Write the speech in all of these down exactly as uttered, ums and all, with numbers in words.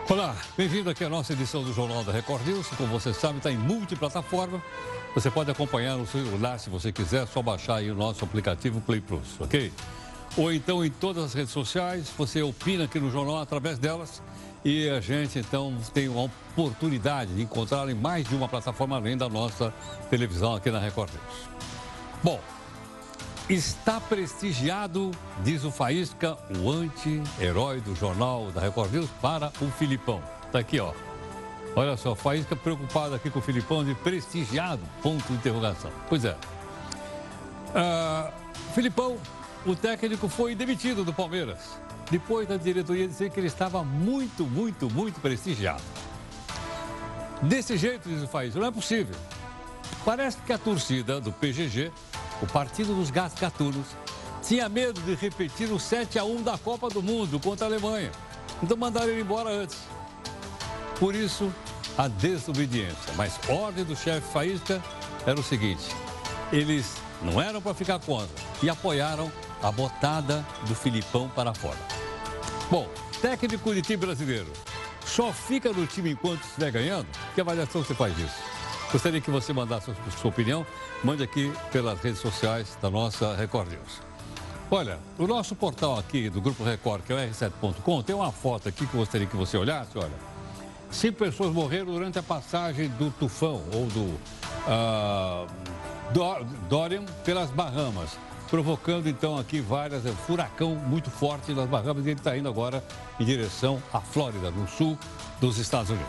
Olá, bem-vindo aqui à nossa edição do Jornal da Record News. Como você sabe, está em multiplataforma. Você pode acompanhar no celular, se você quiser, é só baixar aí o nosso aplicativo Play Plus, ok? Ou então em todas as redes sociais, você opina aqui no jornal através delas e a gente então tem uma oportunidade de encontrar em mais de uma plataforma além da nossa televisão aqui na Record News. Bom, está prestigiado, diz o Faísca, o anti-herói do jornal da Record News para o Filipão. Está aqui, ó. Olha só, Faísca preocupado aqui com o Filipão de prestigiado, ponto de interrogação. Pois é. Ah, Filipão, o técnico foi demitido do Palmeiras, depois da diretoria dizer que ele estava muito, muito, muito prestigiado. Desse jeito, diz o Faísca, não é possível. Parece que a torcida do P G G, o Partido dos Gatos Gatunos, tinha medo de repetir o sete a um da Copa do Mundo contra a Alemanha. Então mandaram ele embora antes. Por isso, a desobediência. Mas a ordem do chefe Faísca era o seguinte: eles não eram para ficar contra e apoiaram a botada do Filipão para fora. Bom, técnico de time brasileiro só fica no time enquanto estiver ganhando? Que avaliação você faz disso? Gostaria que você mandasse a sua opinião. Mande aqui pelas redes sociais da nossa Record News. Olha, o nosso portal aqui do Grupo Record, que é o R sete ponto com, tem uma foto aqui que eu gostaria que você olhasse, olha. Cinco pessoas morreram durante a passagem do tufão, ou do uh, Dorian, pelas Bahamas, provocando então aqui várias, um furacão muito forte nas Bahamas, e ele está indo agora em direção à Flórida, no sul dos Estados Unidos.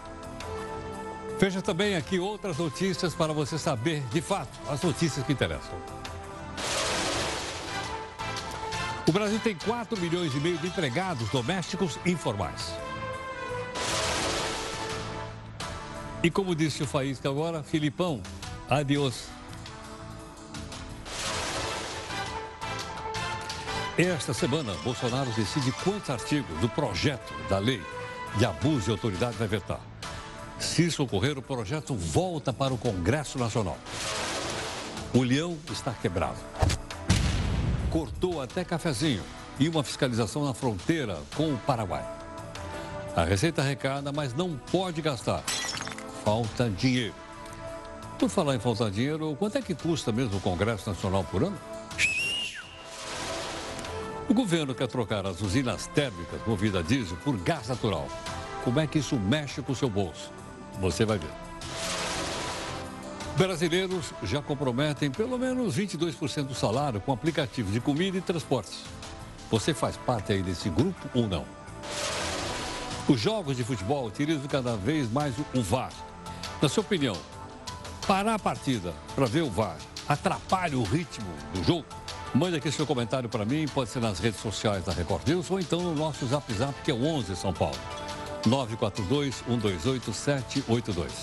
Veja também aqui outras notícias para você saber, de fato, as notícias que interessam. O Brasil tem quatro milhões e meio de empregados domésticos informais. E como disse o Faísca agora, Filipão, adiós. Esta semana, Bolsonaro decide quantos artigos do projeto da lei de abuso de autoridade vai vetar. Se isso ocorrer, o projeto volta para o Congresso Nacional. O leão está quebrado. Cortou até cafezinho e uma fiscalização na fronteira com o Paraguai. A Receita arrecada, mas não pode gastar. Falta dinheiro. Por falar em faltar dinheiro, quanto é que custa mesmo o Congresso Nacional por ano? O governo quer trocar as usinas térmicas movidas a diesel por gás natural. Como é que isso mexe com o seu bolso? Você vai ver. Brasileiros já comprometem pelo menos vinte e dois por cento do salário com aplicativos de comida e transportes. Você faz parte aí desse grupo ou não? Os jogos de futebol utilizam cada vez mais o V A R. Na sua opinião, parar a partida para ver o V A R atrapalha o ritmo do jogo? Mande aqui seu comentário para mim, pode ser nas redes sociais da Record News ou então no nosso Zap Zap, que é o onze São Paulo. nove quatro dois, um dois oito, sete oito dois.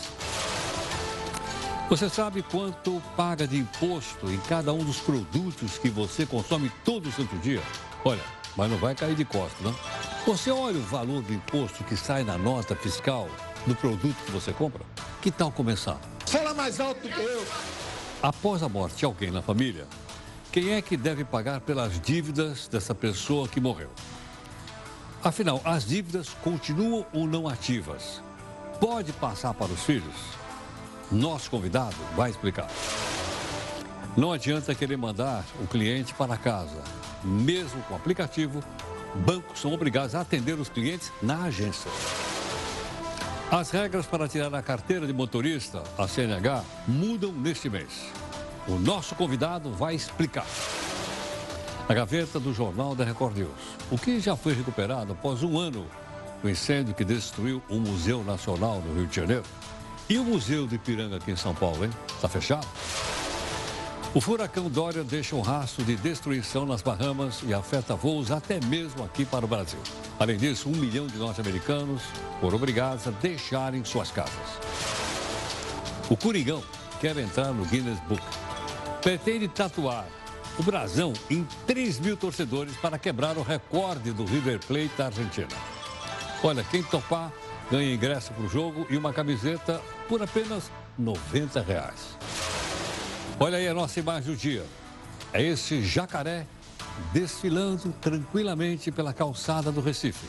Você sabe quanto paga de imposto em cada um dos produtos que você consome todo santo dia? Olha, mas não vai cair de costas, não? Você olha o valor do imposto que sai na nota fiscal do produto que você compra? Que tal começar? Fala mais alto do que eu. Após a morte de alguém na família, quem é que deve pagar pelas dívidas dessa pessoa que morreu? Afinal, as dívidas continuam ou não ativas? Pode passar para os filhos? Nosso convidado vai explicar. Não adianta querer mandar o cliente para casa. Mesmo com o aplicativo, bancos são obrigados a atender os clientes na agência. As regras para tirar a carteira de motorista, a C N H, mudam neste mês. O nosso convidado vai explicar. A gaveta do Jornal da Record News. O que já foi recuperado após um ano do incêndio que destruiu o Museu Nacional no Rio de Janeiro. E o Museu do Ipiranga aqui em São Paulo, hein? Está fechado? O furacão Dorian deixa um rastro de destruição nas Bahamas e afeta voos até mesmo aqui para o Brasil. Além disso, um milhão de norte-americanos foram obrigados a deixarem suas casas. O Coringão quer entrar no Guinness Book. Pretende tatuar o brasão em três mil torcedores para quebrar o recorde do River Plate da Argentina. Olha, quem topar ganha ingresso para o jogo e uma camiseta por apenas noventa reais. Olha aí a nossa imagem do dia. É esse jacaré desfilando tranquilamente pela calçada do Recife.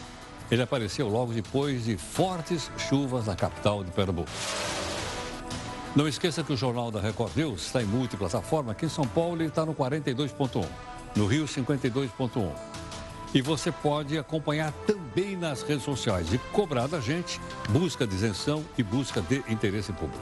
Ele apareceu logo depois de fortes chuvas na capital de Pernambuco. Não esqueça que o Jornal da Record News está em multiplataforma. Aqui em São Paulo ele está no quarenta e dois ponto um, no Rio cinquenta e dois ponto um. E você pode acompanhar também nas redes sociais e cobrar da gente busca de isenção e busca de interesse público.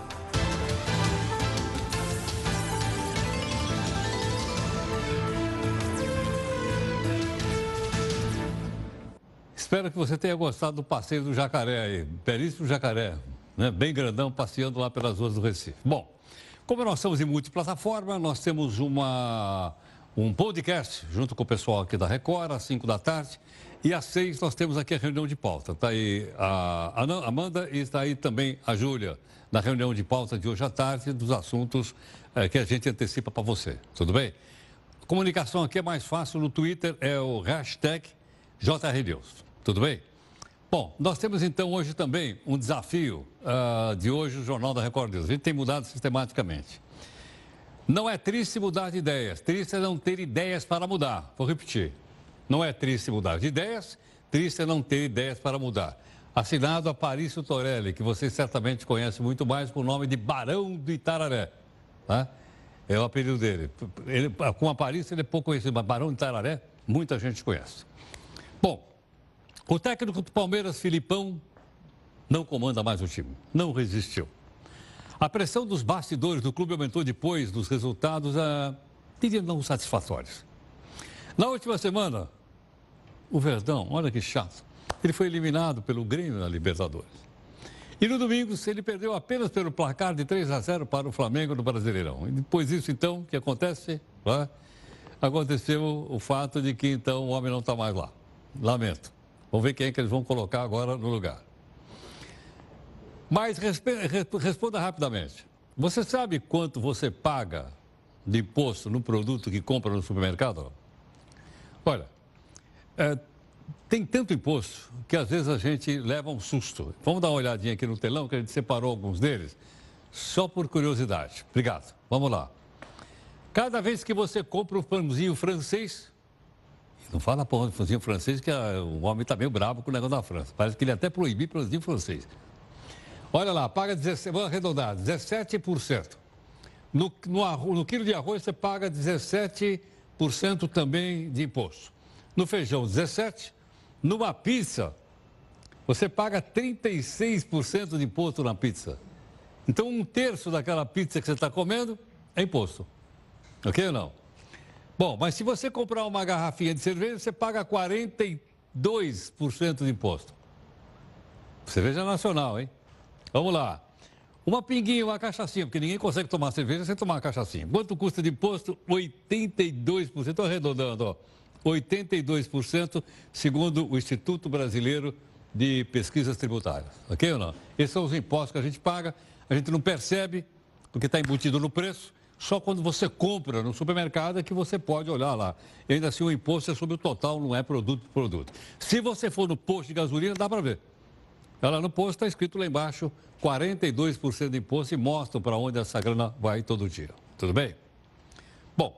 Espero que você tenha gostado do passeio do jacaré aí, belíssimo jacaré, né? Bem grandão, passeando lá pelas ruas do Recife. Bom, como nós estamos em multiplataforma, nós temos uma, um podcast junto com o pessoal aqui da Record, às cinco da tarde, e às seis nós temos aqui a reunião de pauta. Está aí a Amanda e está aí também a Júlia, na reunião de pauta de hoje à tarde, dos assuntos é, que a gente antecipa para você. Tudo bem? A comunicação aqui é mais fácil, no Twitter é o hashtag J R News. Tudo bem? Bom, nós temos então hoje também um desafio uh, de hoje, o Jornal da Record News. A gente tem mudado sistematicamente. Não é triste mudar de ideias, triste é não ter ideias para mudar. Vou repetir. Não é triste mudar de ideias, triste é não ter ideias para mudar. Assinado Aparício Torelli, que vocês certamente conhecem muito mais com o nome de Barão do Itararé. Tá? É o apelido dele. Ele, com Aparício ele é pouco conhecido, mas Barão do Itararé, muita gente conhece. Bom, o técnico do Palmeiras, Filipão, não comanda mais o time, não resistiu. A pressão dos bastidores do clube aumentou depois dos resultados, a, diria, não satisfatórios. Na última semana, o Verdão, olha que chato, ele foi eliminado pelo Grêmio na Libertadores. E no domingo, ele perdeu apenas pelo placar de três a zero para o Flamengo no Brasileirão. E depois disso, então, o que acontece? Ah, aconteceu o fato de que, então, o homem não está mais lá. Lamento. Vamos ver quem é que eles vão colocar agora no lugar. Mas responda rapidamente. Você sabe quanto você paga de imposto no produto que compra no supermercado? Olha, é, tem tanto imposto que às vezes a gente leva um susto. Vamos dar uma olhadinha aqui no telão, que a gente separou alguns deles, só por curiosidade. Obrigado. Vamos lá. Cada vez que você compra um pãozinho francês, não fala porra de pãozinho francês, que a, o homem está meio bravo com o negócio da França. Parece que ele até proibiu pãozinho francês. Olha lá, paga dezessete, vamos arredondar, dezessete por cento. No, no, arroz, no quilo de arroz você paga dezessete por cento também de imposto. No feijão, dezessete por cento. Numa pizza, você paga trinta e seis por cento de imposto na pizza. Então, um terço daquela pizza que você está comendo é imposto. Ok ou não? Bom, mas se você comprar uma garrafinha de cerveja, você paga quarenta e dois por cento de imposto. Cerveja nacional, hein? Vamos lá. Uma pinguinha, uma cachaçinha, porque ninguém consegue tomar cerveja sem tomar uma cachaçinha. Quanto custa de imposto? oitenta e dois por cento. Estou arredondando, ó. oitenta e dois por cento, segundo o Instituto Brasileiro de Pesquisas Tributárias. Ok ou não? Esses são os impostos que a gente paga, a gente não percebe, porque está embutido no preço. Só quando você compra no supermercado é que você pode olhar lá. E ainda assim o imposto é sobre o total, não é produto por produto. Se você for no posto de gasolina, dá para ver. Lá no posto está escrito lá embaixo, quarenta e dois por cento de imposto e mostram para onde essa grana vai todo dia. Tudo bem? Bom,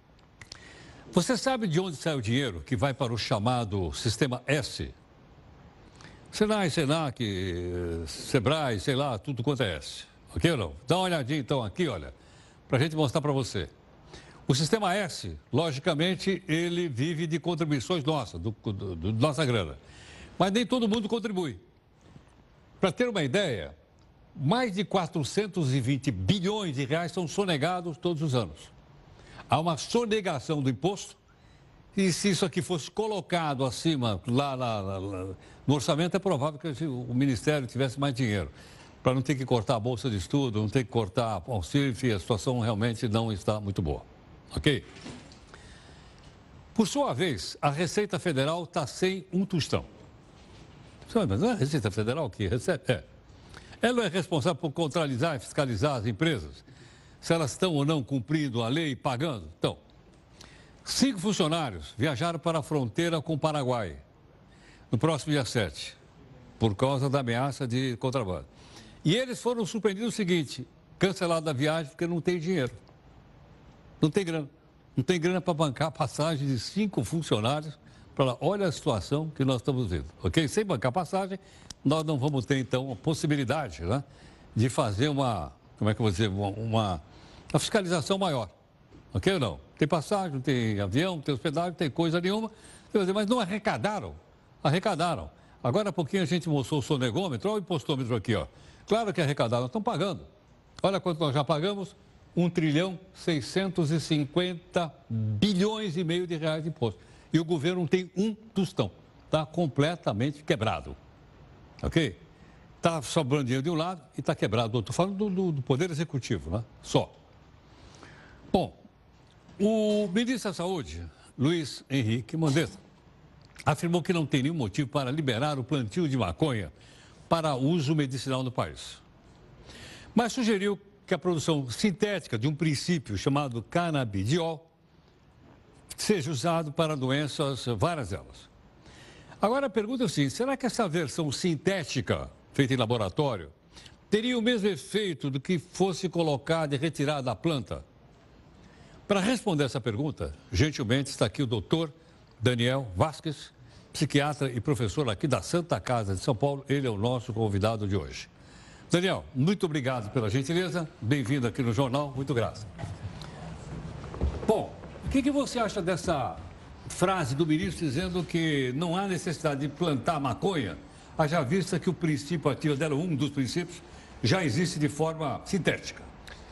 você sabe de onde sai o dinheiro que vai para o chamado Sistema S? Senai, Senac, Sebrae, sei lá, tudo quanto é S. Ok ou não? Dá uma olhadinha então aqui, olha, para a gente mostrar para você. O Sistema S, logicamente, ele vive de contribuições nossas, do, do, do nossa grana. Mas nem todo mundo contribui. Para ter uma ideia, mais de quatrocentos e vinte bilhões de reais são sonegados todos os anos. Há uma sonegação do imposto e se isso aqui fosse colocado acima, lá, lá, lá, lá no orçamento, é provável que o Ministério tivesse mais dinheiro. Para não ter que cortar a bolsa de estudo, não ter que cortar auxílio, enfim, a situação realmente não está muito boa. Ok? Por sua vez, a Receita Federal está sem um tostão. Mas não é a Receita Federal que recebe? É. Ela é responsável por controlizar e fiscalizar as empresas, se elas estão ou não cumprindo a lei e pagando. Então, cinco funcionários viajaram para a fronteira com o Paraguai no próximo dia sete, por causa da ameaça de contrabando. E eles foram surpreendidos o seguinte, cancelado a viagem porque não tem dinheiro. Não tem grana. Não tem grana para bancar a passagem de cinco funcionários Para olha a situação que nós estamos vendo, ok? Sem bancar passagem, nós não vamos ter, então, a possibilidade, né, de fazer uma, como é que eu vou dizer, uma, uma, uma fiscalização maior, ok ou não? Tem passagem, tem avião, tem hospedagem, tem coisa nenhuma, mas não arrecadaram, arrecadaram. Agora há pouquinho a gente mostrou o sonegômetro, olha o impostômetro aqui, ó. Claro que arrecadaram, nós estamos pagando. Olha quanto nós já pagamos, um trilhão seiscentos e cinquenta bilhões e meio de reais de imposto. E o governo não tem um tostão, está completamente quebrado, ok? Está sobrando dinheiro de um lado e está quebrado do outro. Estou falando do, do, do Poder Executivo, né? Só. Bom, o ministro da Saúde, Luiz Henrique Mandetta, afirmou que não tem nenhum motivo para liberar o plantio de maconha para uso medicinal no país. Mas sugeriu que a produção sintética de um princípio chamado canabidiol seja usado para doenças, várias delas. Agora a pergunta é o seguinte, será que essa versão sintética, feita em laboratório, teria o mesmo efeito do que fosse colocada e retirada da planta? Para responder essa pergunta, gentilmente está aqui o doutor Daniel Vasquez, psiquiatra e professor aqui da Santa Casa de São Paulo. Ele é o nosso convidado de hoje. Daniel, muito obrigado pela gentileza. Bem-vindo aqui no Jornal. Muito grato. Bom, o que, que você acha dessa frase do ministro dizendo que não há necessidade de plantar maconha, haja vista que o princípio ativo dela, um dos princípios, já existe de forma sintética?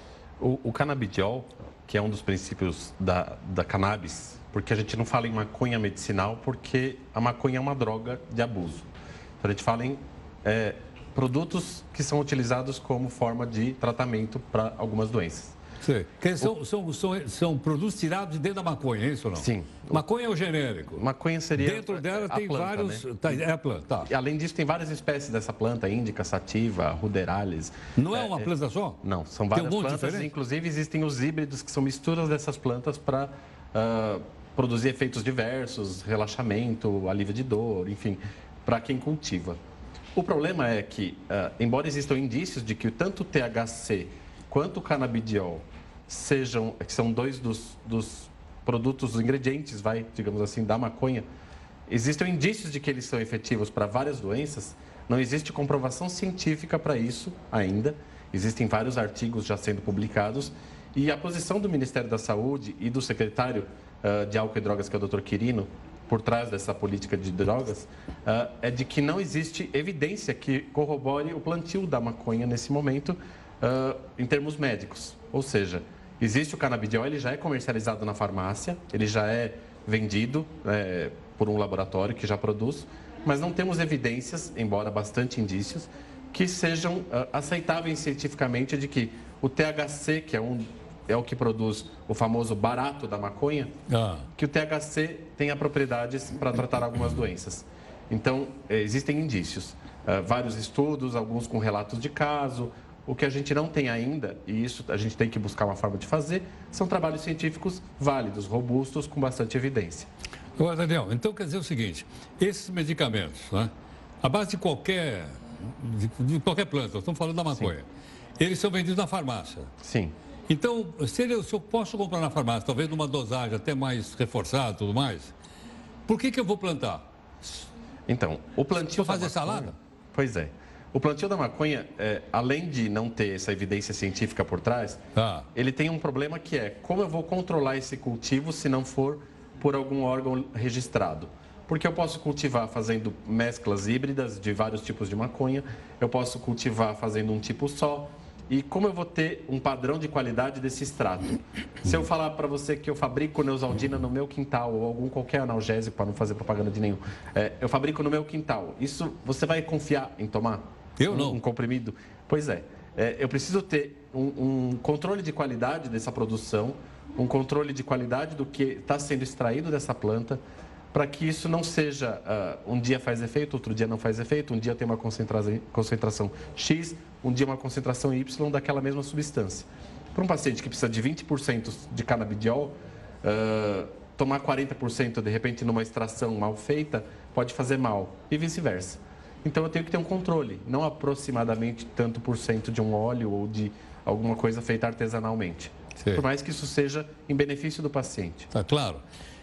O, o canabidiol, que é um dos princípios da, da cannabis, porque a gente não fala em maconha medicinal, porque a maconha é uma droga de abuso. Então, a gente fala em é, produtos que são utilizados como forma de tratamento para algumas doenças. Sim. Que são, são, são, são produtos tirados de dentro da maconha, é isso ou não? Sim. Maconha é o genérico. Maconha seria Dentro dela tem planta, vários... Né? Tá, é a planta, tá. E, além disso, tem várias espécies dessa planta, índica, sativa, ruderalis. Não é uma é, planta só? Não, são várias tem um plantas. Diferente? Inclusive, existem os híbridos, que são misturas dessas plantas para uh, produzir efeitos diversos, relaxamento, alívio de dor, enfim, para quem cultiva. O problema é que, uh, embora existam indícios de que tanto o T H C quanto o canabidiol sejam, que são dois dos, dos produtos, os ingredientes, vai, digamos assim, da maconha, existem indícios de que eles são efetivos para várias doenças, não existe comprovação científica para isso ainda, existem vários artigos já sendo publicados, e a posição do Ministério da Saúde e do secretário uh, de Álcool e Drogas, que é o doutor Quirino, por trás dessa política de drogas, uh, é de que não existe evidência que corrobore o plantio da maconha nesse momento, uh, em termos médicos. Ou seja, existe o canabidiol, ele já é comercializado na farmácia, ele já é vendido é, por um laboratório que já produz, mas não temos evidências, embora bastante indícios, que sejam uh, aceitáveis cientificamente de que o T H C, que é um é o que produz o famoso barato da maconha, ah. que o T H C tenha propriedades para tratar algumas doenças. Então, existem indícios, uh, vários estudos, alguns com relatos de caso. O que a gente não tem ainda, e isso a gente tem que buscar uma forma de fazer, são trabalhos científicos válidos, robustos, com bastante evidência. Agora, Daniel, então quer dizer o seguinte, esses medicamentos, né, à base de qualquer, de, de qualquer planta, estamos falando da maconha, sim, eles são vendidos na farmácia. Sim. Então, se, ele, se eu posso comprar na farmácia, talvez numa dosagem até mais reforçada e tudo mais, por que, que eu vou plantar? Então, o plantio Vou fazer da maconha, salada? Pois é. O plantio da maconha, é, além de não ter essa evidência científica por trás, ah. ele tem um problema que é como eu vou controlar esse cultivo se não for por algum órgão registrado. Porque eu posso cultivar fazendo mesclas híbridas de vários tipos de maconha, eu posso cultivar fazendo um tipo só. E como eu vou ter um padrão de qualidade desse extrato? Se eu falar para você que eu fabrico Neosaldina no meu quintal, ou algum qualquer analgésico, para não fazer propaganda de nenhum, é, eu fabrico no meu quintal, isso você vai confiar em tomar? Eu não. Um, um comprimido? Pois é. é eu preciso ter um, um controle de qualidade dessa produção, um controle de qualidade do que está sendo extraído dessa planta, para que isso não seja, uh, um dia faz efeito, outro dia não faz efeito, um dia tem uma concentração, concentração X, um dia uma concentração Y daquela mesma substância. Para um paciente que precisa de vinte por cento de canabidiol, uh, tomar quarenta por cento de repente numa extração mal feita pode fazer mal e vice-versa. Então eu tenho que ter um controle, não aproximadamente tanto por cento de um óleo ou de alguma coisa feita artesanalmente. Sim. Por mais que isso seja em benefício do paciente. Tá claro.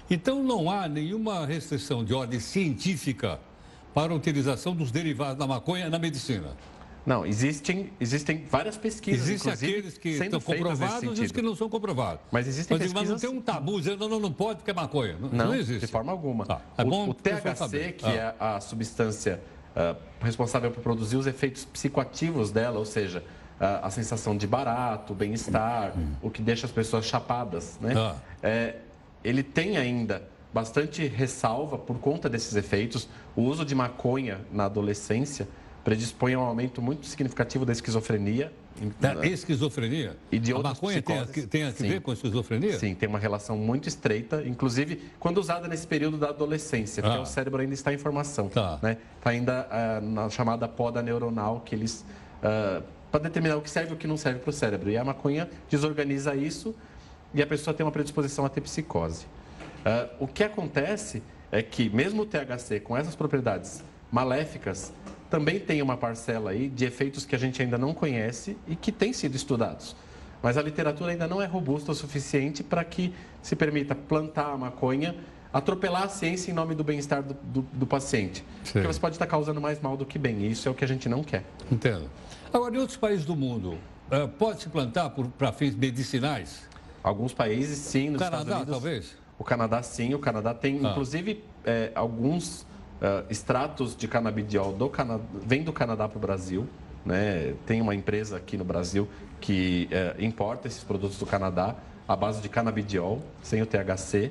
Então, não há nenhuma restrição de ordem científica para a utilização dos derivados da maconha na medicina. Não, existem, existem várias pesquisas, Existem aqueles que estão comprovados e os que não são comprovados. Mas existem mas, pesquisas... Mas não tem um tabu dizendo, não, não, não pode porque é maconha. Não, não, não existe. De forma alguma. Tá. É bom o, o T H C, que ah. é a substância uh, responsável por produzir os efeitos psicoativos dela, ou seja, uh, a sensação de barato, bem-estar, hum. o que deixa as pessoas chapadas, né? Ah. É, ele tem ainda bastante ressalva por conta desses efeitos. O uso de maconha na adolescência predispõe a um aumento muito significativo da esquizofrenia. Da esquizofrenia? E de a outras maconha tem a, tem a ver com a esquizofrenia? Sim, tem uma relação muito estreita, inclusive quando usada nesse período da adolescência, porque ah. o cérebro ainda está em formação. Está né? tá ainda uh, na chamada poda neuronal, que eles uh, para determinar o que serve e o que não serve para o cérebro. E a maconha desorganiza isso e a pessoa tem uma predisposição a ter psicose. Uh, o que acontece é que, mesmo o T H C com essas propriedades maléficas, também tem uma parcela aí de efeitos que a gente ainda não conhece e que têm sido estudados. Mas a literatura ainda não é robusta o suficiente para que se permita plantar a maconha, atropelar a ciência em nome do bem-estar do, do, do paciente. Sim. Porque você pode estar causando mais mal do que bem, e isso é o que a gente não quer. Entendo. Agora, em outros países do mundo, uh, pode se plantar para fins medicinais? Alguns países, sim. Nos Canadá, Estados Unidos, talvez? O Canadá, sim. O Canadá tem, ah. inclusive, é, alguns... Uh, extratos de canabidiol do Cana... vem do Canadá para o Brasil. Né? Tem uma empresa aqui no Brasil que uh, importa esses produtos do Canadá à base de canabidiol, sem o T H C.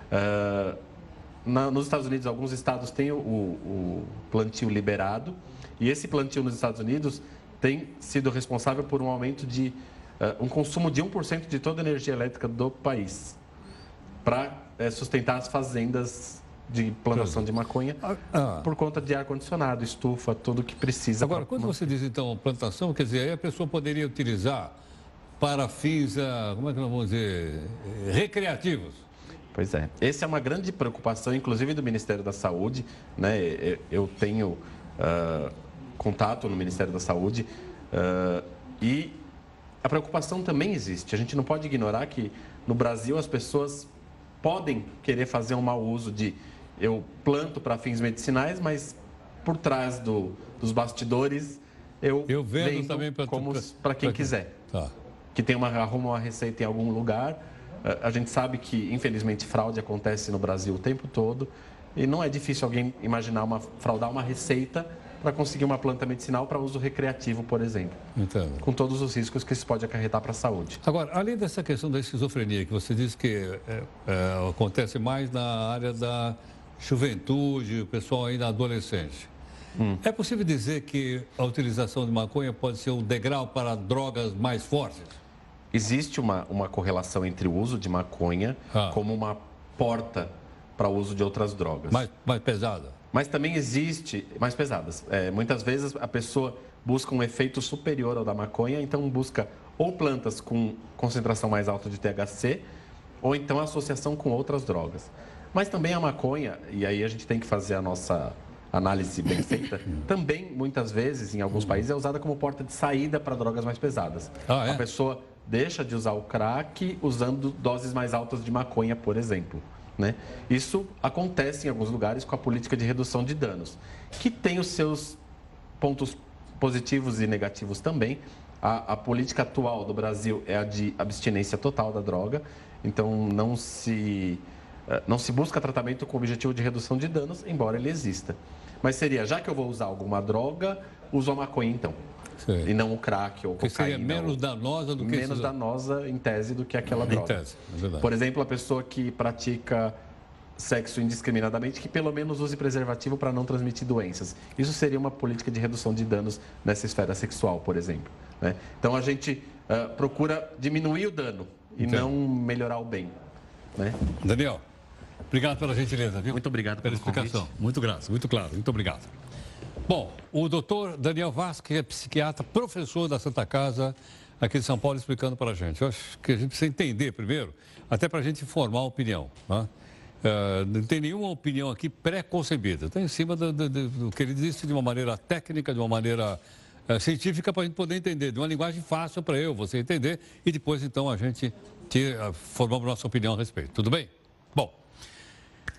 Uh, na, nos Estados Unidos, alguns estados têm o, o plantio liberado. E esse plantio nos Estados Unidos tem sido responsável por um aumento de uh, um consumo de um por cento de toda a energia elétrica do país para uh, sustentar as fazendas de plantação de maconha ah. por conta de ar-condicionado, estufa, tudo que precisa. Agora, quando você diz, então, plantação, quer dizer, aí a pessoa poderia utilizar para fins, como é que nós vamos dizer, recreativos? Pois é. Essa é uma grande preocupação, inclusive do Ministério da Saúde, né? Eu tenho uh, contato no Ministério da Saúde uh, e a preocupação também existe. A gente não pode ignorar que no Brasil as pessoas podem querer fazer um mau uso de eu planto para fins medicinais, mas por trás do, dos bastidores eu, eu vendo, vendo também para quem pra... quiser. Tá. Que tem uma, arruma uma receita em algum lugar. A gente sabe que, infelizmente, fraude acontece no Brasil o tempo todo e não é difícil alguém imaginar uma, fraudar uma receita para conseguir uma planta medicinal para uso recreativo, por exemplo. Entendo. Com todos os riscos que isso pode acarretar para a saúde. Agora, além dessa questão da esquizofrenia, que você disse que é, é, acontece mais na área da juventude, o pessoal ainda adolescente, hum. é possível dizer que a utilização de maconha pode ser um degrau para drogas mais fortes? Existe uma, uma correlação entre o uso de maconha ah. como uma porta para o uso de outras drogas. Mais, mais pesada? Mas também existe, mais pesadas. É, muitas vezes a pessoa busca um efeito superior ao da maconha, então busca ou plantas com concentração mais alta de T H C, ou então associação com outras drogas. Mas também a maconha, e aí a gente tem que fazer a nossa análise bem feita, também muitas vezes, em alguns países, é usada como porta de saída para drogas mais pesadas. Ah, é? A pessoa deixa de usar o crack usando doses mais altas de maconha, por exemplo. Né? Isso acontece em alguns lugares com a política de redução de danos, que tem os seus pontos positivos e negativos também. A, a política atual do Brasil é a de abstinência total da droga, então não se, não se busca tratamento com o objetivo de redução de danos, embora ele exista. Mas seria, já que eu vou usar alguma droga, uso a maconha então. Sim. E não o crack ou que cocaína. Seria menos danosa do que... Menos danosa, em tese, do que aquela droga. Em tese, é verdade. Por exemplo, a pessoa que pratica sexo indiscriminadamente, que pelo menos use preservativo para não transmitir doenças. Isso seria uma política de redução de danos nessa esfera sexual, por exemplo. Né? Então, a gente uh, procura diminuir o dano e Entendo. não melhorar o bem. Né? Daniel, obrigado pela gentileza, viu? Muito obrigado pela explicação. Convite. Muito grato, muito claro. Muito obrigado. Bom, o doutor Daniel Vaz, que é psiquiatra, professor da Santa Casa aqui de São Paulo, explicando para a gente. Eu acho que a gente precisa entender primeiro, até para a gente formar uma opinião. Né? Uh, não tem nenhuma opinião aqui pré-concebida. Está em cima do, do, do que ele disse de uma maneira técnica, de uma maneira uh, científica, para a gente poder entender, de uma linguagem fácil para eu, você entender, e depois, então, a gente ter, uh, formar a nossa opinião a respeito. Tudo bem? Bom,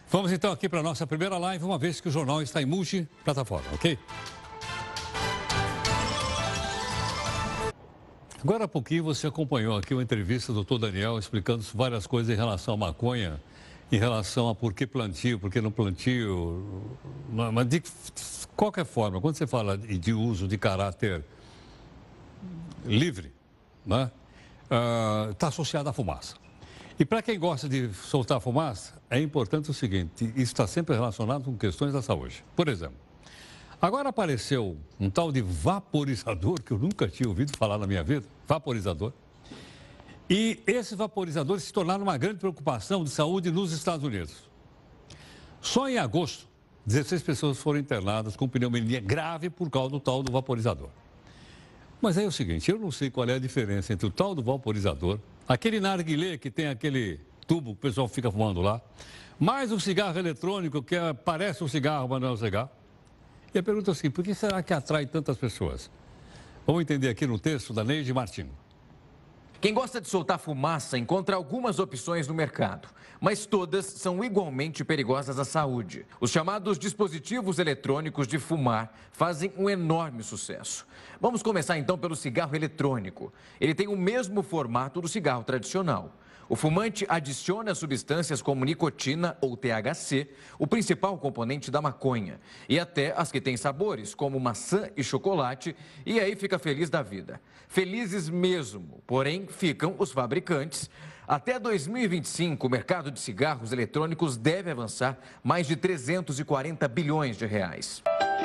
Vamos então aqui para a nossa primeira live, uma vez que o jornal está em multiplataforma, ok? Agora há pouquinho você acompanhou aqui uma entrevista do doutor Daniel explicando várias coisas em relação à maconha, em relação a por que plantio, por que não plantio. Mas de qualquer forma, quando você fala de uso de caráter livre, né, uh, está associado à fumaça. E para quem gosta de soltar fumaça, é importante o seguinte, isso está sempre relacionado com questões da saúde. Por exemplo, agora apareceu um tal de vaporizador, que eu nunca tinha ouvido falar na minha vida, vaporizador. E esses vaporizadores se tornaram uma grande preocupação de saúde nos Estados Unidos. Só em agosto, dezesseis pessoas foram internadas com pneumonia grave por causa do tal do vaporizador. Mas aí é o seguinte, eu não sei qual é a diferença entre o tal do vaporizador, aquele narguilé que tem aquele tubo que o pessoal fica fumando lá, mais o cigarro eletrônico que é, parece um cigarro, mas não é um cigarro. E a pergunta é assim, por que será que atrai tantas pessoas? Vamos entender aqui no texto da Neide Martins. Quem gosta de soltar fumaça encontra algumas opções no mercado, mas todas são igualmente perigosas à saúde. Os chamados dispositivos eletrônicos de fumar fazem um enorme sucesso. Vamos começar então pelo cigarro eletrônico. Ele tem o mesmo formato do cigarro tradicional. O fumante adiciona substâncias como nicotina ou T H C, o principal componente da maconha, e até as que têm sabores, como maçã e chocolate, e aí fica feliz da vida. Felizes mesmo, porém ficam os fabricantes. Até dois mil e vinte e cinco, o mercado de cigarros eletrônicos deve avançar mais de trezentos e quarenta bilhões de reais.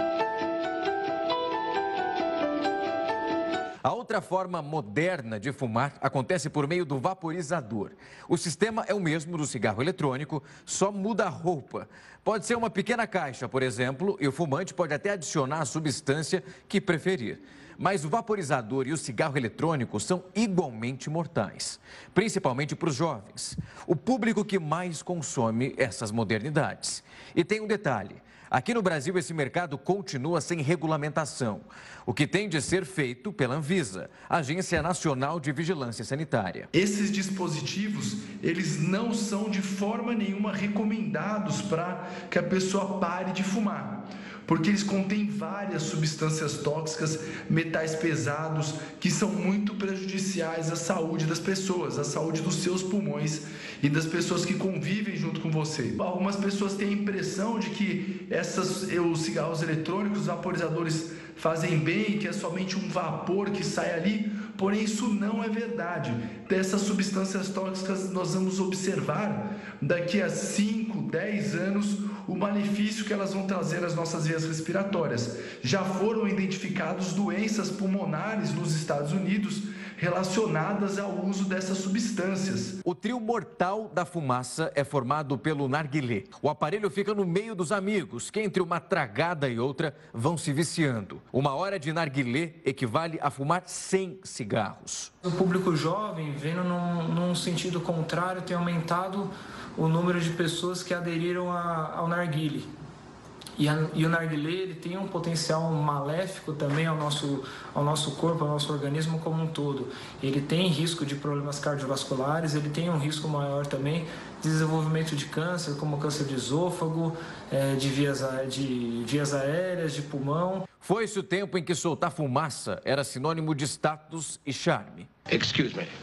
A outra forma moderna de fumar acontece por meio do vaporizador. O sistema é o mesmo do cigarro eletrônico, só muda a roupa. Pode ser uma pequena caixa, por exemplo, e o fumante pode até adicionar a substância que preferir. Mas o vaporizador e o cigarro eletrônico são igualmente mortais, principalmente para os jovens, o público que mais consome essas modernidades. E tem um detalhe. Aqui no Brasil, esse mercado continua sem regulamentação, o que tem de ser feito pela Anvisa, Agência Nacional de Vigilância Sanitária. Esses dispositivos, eles não são de forma nenhuma recomendados para que a pessoa pare de fumar, porque eles contêm várias substâncias tóxicas, metais pesados, que são muito prejudiciais à saúde das pessoas, à saúde dos seus pulmões e das pessoas que convivem junto com você. Algumas pessoas têm a impressão de que essas, os cigarros eletrônicos, os vaporizadores fazem bem, que é somente um vapor que sai ali, porém isso não é verdade. Dessas substâncias tóxicas nós vamos observar daqui a cinco, dez anos o malefício que elas vão trazer às nossas vias respiratórias. Já foram identificadas doenças pulmonares nos Estados Unidos relacionadas ao uso dessas substâncias. O trio mortal da fumaça é formado pelo narguilé. O aparelho fica no meio dos amigos, que entre uma tragada e outra vão se viciando. Uma hora de narguilé equivale a fumar cem cigarros. O público jovem, vendo num, num sentido contrário, tem aumentado o número de pessoas que aderiram a, ao narguilé. E, a, e o narguilé, ele tem um potencial maléfico também ao nosso, ao nosso corpo, ao nosso organismo como um todo. Ele tem risco de problemas cardiovasculares, ele tem um risco maior também de desenvolvimento de câncer, como câncer de esôfago, é, de, vias, de vias aéreas, de pulmão. Foi-se o tempo em que soltar fumaça era sinônimo de status e charme. Excuse me.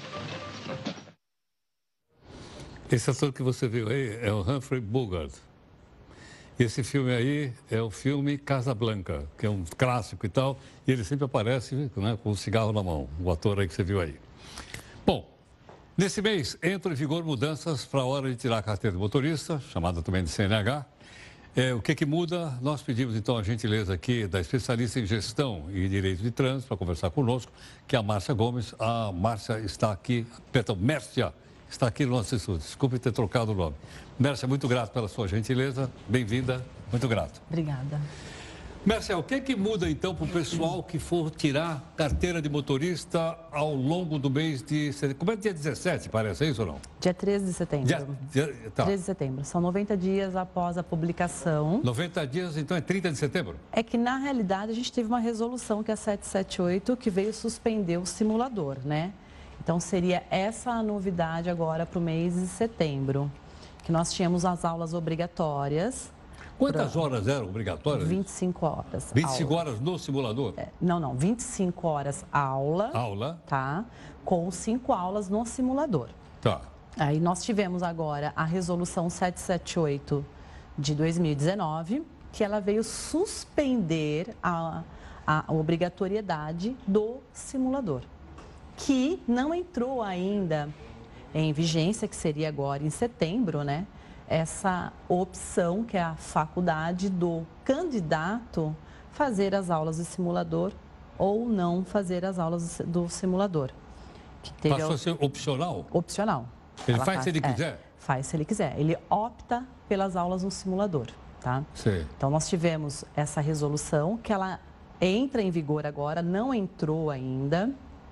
Esse ator que você viu aí é o Humphrey Bogart. Esse filme aí é o filme Casablanca, que é um clássico e tal, e ele sempre aparece, né, com o cigarro na mão, o ator aí que você viu aí. Bom, nesse mês entram em vigor mudanças para a hora de tirar a carteira de motorista, chamada também de C N H. É, o que que muda? Nós pedimos então a gentileza aqui da especialista em gestão e direito de trânsito para conversar conosco, que é a Márcia Gomes. A Márcia está aqui, perdão, Mércia está aqui no nosso estúdio. Desculpe ter trocado o nome. Mércia, muito grato pela sua gentileza. Bem-vinda, muito grato. Obrigada. Mércia, o que que muda então para o pessoal que for tirar carteira de motorista ao longo do mês de setembro? Como é dia dezessete, parece, é isso ou não? Dia treze de setembro. Dia, dia, tá. treze de setembro. São noventa dias após a publicação. noventa dias, então é trinta de setembro? É que, na realidade, a gente teve uma resolução, que é a setecentos e setenta e oito, que veio suspender o simulador, né? Então, seria essa a novidade agora para o mês de setembro. que nós tínhamos as aulas obrigatórias. Quantas pra... horas eram obrigatórias? vinte e cinco horas. vinte e cinco aula. horas no simulador? É, não, não, vinte e cinco horas aula. Aula. Tá? Com cinco aulas no simulador. Tá. Aí nós tivemos agora a resolução setecentos e setenta e oito de dois mil e dezenove, que ela veio suspender a, a obrigatoriedade do simulador, que não entrou ainda em vigência, que seria agora em setembro, né? Essa opção, que é a faculdade do candidato fazer as aulas do simulador ou não fazer as aulas do simulador. Que teve Passou a ser opcional? Opcional. Ele Ela faz se ele é, quiser? Faz se ele quiser. Ele opta pelas aulas no simulador, tá? Sim. Então, nós tivemos essa resolução, que ela entra em vigor agora, não entrou ainda.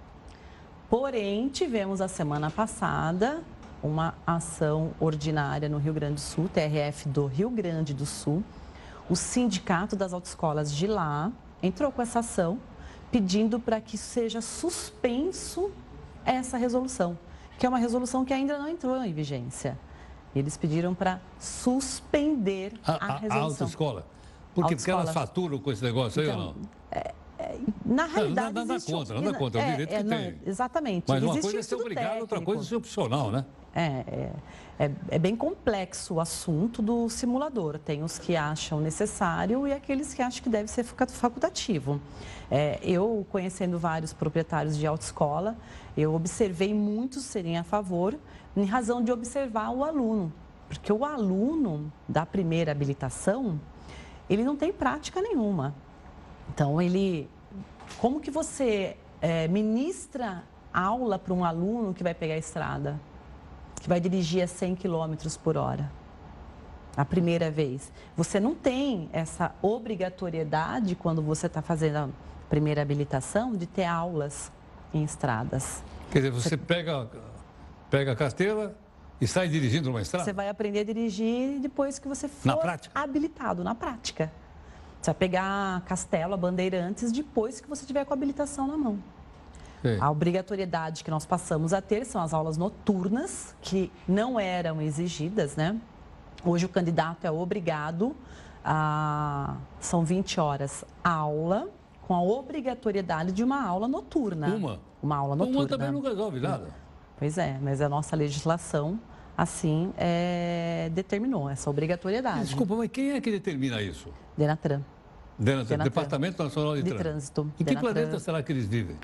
Porém, tivemos a semana passada uma ação ordinária no Rio Grande do Sul, T R F do Rio Grande do Sul. O sindicato das autoescolas de lá entrou com essa ação, pedindo para que seja suspenso essa resolução, que é uma resolução que ainda não entrou em vigência. Eles pediram para suspender a, a, a resolução. A autoescola? Porque, porque elas faturam com esse negócio então, aí ou não? É, é, na realidade, não, nada existe contra, um... nada contra, é o direito é, que não, tem. Exatamente. Mas uma existe coisa um é ser estudo obrigado, outra técnico. coisa é ser opcional, né? É, é, é, é bem complexo o assunto do simulador. Tem os que acham necessário e aqueles que acham que deve ser facultativo. É, eu, conhecendo vários proprietários de autoescola, eu observei muitos serem a favor, em razão de observar o aluno. Porque o aluno da primeira habilitação, ele não tem prática nenhuma. Então, ele... Como que você é, ministra aula para um aluno que vai pegar a estrada? Que vai dirigir a cem quilômetros por hora, a primeira vez. Você não tem essa obrigatoriedade, quando você está fazendo a primeira habilitação, de ter aulas em estradas. Quer dizer, você, você... Pega, pega a carteira e sai dirigindo numa estrada? Você vai aprender a dirigir depois que você for na prática? habilitado, na prática. Você vai pegar Castelo, a Bandeirantes, depois que você tiver com a habilitação na mão. Sim. A obrigatoriedade que nós passamos a ter são as aulas noturnas, que não eram exigidas, né? Hoje o candidato é obrigado a... São vinte horas aula, com a obrigatoriedade de uma aula noturna. Uma? Uma aula noturna. Uma também não resolve nada. Pois é, mas a nossa legislação, assim, é... determinou essa obrigatoriedade. Desculpa, mas quem é que determina isso? Denatran. Denatran. Denatran. Departamento Nacional de, de Trânsito. Trânsito. Em que Denatran. planeta será que eles vivem?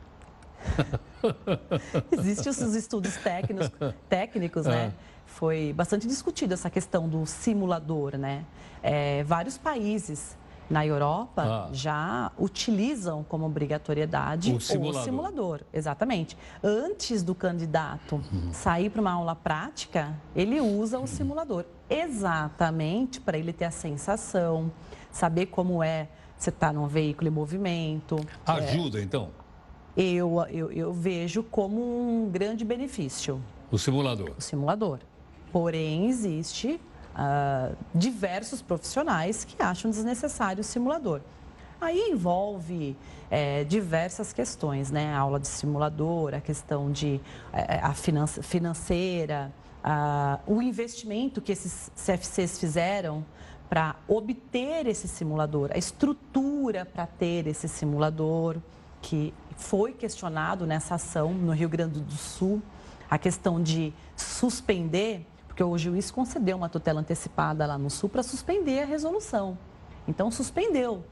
Existem os estudos técnicos, técnicos, né? Foi bastante discutido essa questão do simulador, né? É, vários países na Europa ah. já utilizam como obrigatoriedade o simulador. o simulador. Exatamente. Antes do candidato uhum. sair para uma aula prática, ele usa o simulador. Exatamente para ele ter a sensação, saber como é você estar num veículo em movimento. Ajuda, é, então? Eu, eu, eu vejo como um grande benefício. O simulador? O simulador. Porém, existe uh, diversos profissionais que acham desnecessário o simulador. Aí envolve é, diversas questões, né? A aula de simulador, a questão de é, a finança, financeira, uh, o investimento que esses C F Cs fizeram para obter esse simulador, a estrutura para ter esse simulador, que foi questionado nessa ação no Rio Grande do Sul, a questão de suspender, porque o juiz concedeu uma tutela antecipada lá no Sul para suspender a resolução. Então, suspendeu.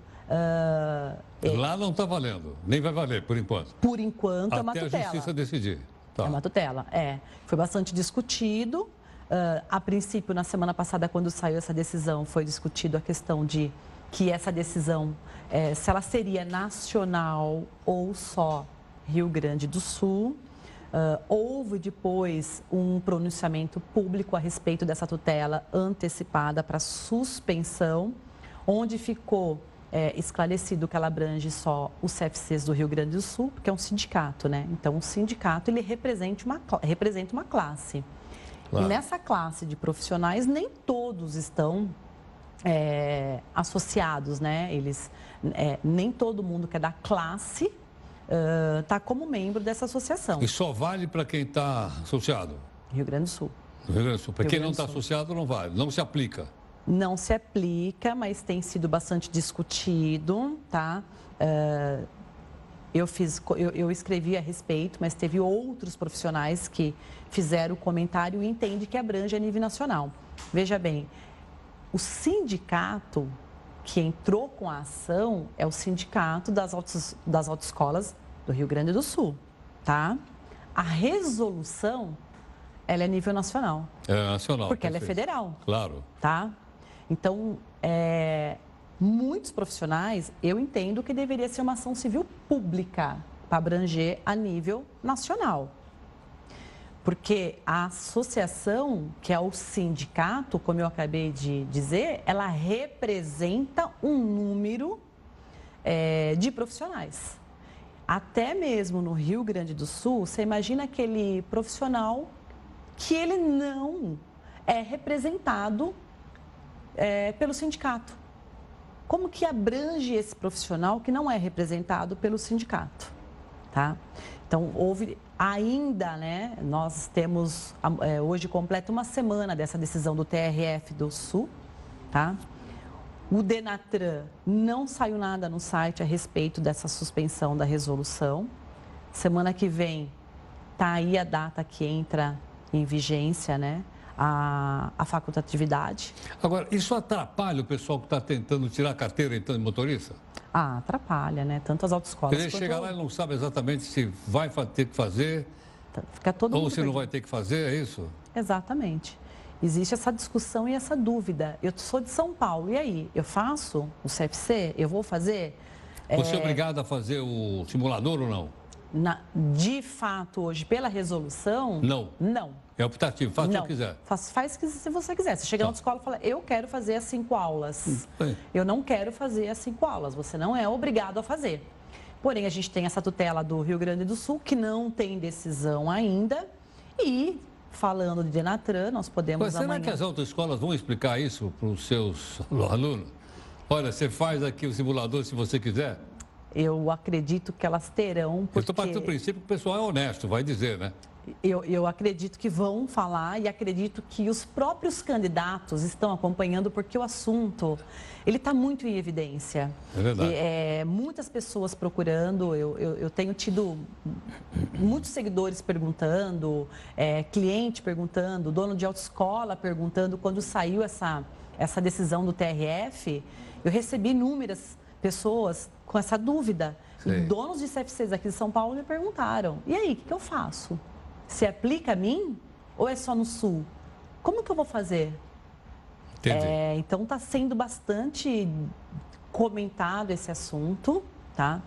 Uh, lá não está valendo, nem vai valer, por enquanto. Por enquanto, Até é uma tutela. Até a justiça decidir. Tá. É uma tutela, é. Foi bastante discutido. Uh, a princípio, na semana passada, quando saiu essa decisão, foi discutido a questão de que essa decisão, é, se ela seria nacional ou só Rio Grande do Sul. Uh, houve depois um pronunciamento público a respeito dessa tutela antecipada para suspensão, onde ficou é, esclarecido que ela abrange só os C F Cs do Rio Grande do Sul, porque é um sindicato, né? Então, o sindicato, ele representa uma, representa uma classe. Claro. E nessa classe de profissionais, nem todos estão é, associados, né? Eles, é, nem todo mundo que é da classe está uh, como membro dessa associação. E só vale para quem está associado? Rio Grande do Sul. No Rio Grande do Sul. Para quem não está associado, não vale, não se aplica. Não se aplica, mas tem sido bastante discutido, tá? Uh, eu, fiz, eu, eu escrevi a respeito, mas teve outros profissionais que fizeram o comentário e entendem que abrange a nível nacional. Veja bem, o sindicato que entrou com a ação é o sindicato das, autos, das autoescolas do Rio Grande do Sul, tá? A resolução, ela é a nível nacional. É nacional. Porque perfeito. Ela é federal. Claro. Tá? Então, é, muitos profissionais, eu entendo que deveria ser uma ação civil pública para abranger a nível nacional. Porque a associação, que é o sindicato, como eu acabei de dizer, ela representa um número é, de profissionais. Até mesmo no Rio Grande do Sul, você imagina aquele profissional que ele não é representado é, pelo sindicato. Como que abrange esse profissional que não é representado pelo sindicato? Tá? Então, houve ainda, né, nós temos, é, hoje completa uma semana dessa decisão do T R F do Sul, tá? O Denatran não saiu nada no site a respeito dessa suspensão da resolução. Semana que vem tá aí a data que entra em vigência, né, a, a facultatividade. Agora, isso atrapalha o pessoal que está tentando tirar a carteira então de motorista? Ah, atrapalha, né? Tanto as autoescolas... Ele chega lá e não sabe exatamente se vai ter que fazer, Fica todo ou mundo se perdido. não vai ter que fazer, é isso? Exatamente. Existe essa discussão e essa dúvida. Eu sou de São Paulo, e aí? Eu faço o C F C? Eu vou fazer? Você é, é obrigado a fazer o simulador ou não? Na, de fato, hoje, pela resolução... Não. Não. É optativo, faz o que quiser. Faz, faz se você quiser. Você chega tá. na escola e fala, eu quero fazer as cinco aulas. Hum, eu não quero fazer as cinco aulas. Você não é obrigado a fazer. Porém, a gente tem essa tutela do Rio Grande do Sul, que não tem decisão ainda. E, falando de Denatran, nós podemos Mas será amanhã... que as autoescolas vão explicar isso para os seus alunos? Olha, você faz aqui o simulador se você quiser. Eu acredito que elas terão, porque... Eu estou partindo do princípio que o pessoal é honesto, vai dizer, né? Eu, eu acredito que vão falar e acredito que os próprios candidatos estão acompanhando, porque o assunto, ele está muito em evidência. É verdade. E, é, muitas pessoas procurando, eu, eu, eu tenho tido muitos seguidores perguntando, é, cliente perguntando, dono de autoescola perguntando, quando saiu essa, essa decisão do T R F, eu recebi inúmeras pessoas com essa dúvida. E donos de C F Cs aqui de São Paulo me perguntaram, e aí, o que, que eu faço? Se aplica a mim ou é só no Sul? Como que eu vou fazer? Entendi. É, então, está sendo bastante comentado esse assunto, tá?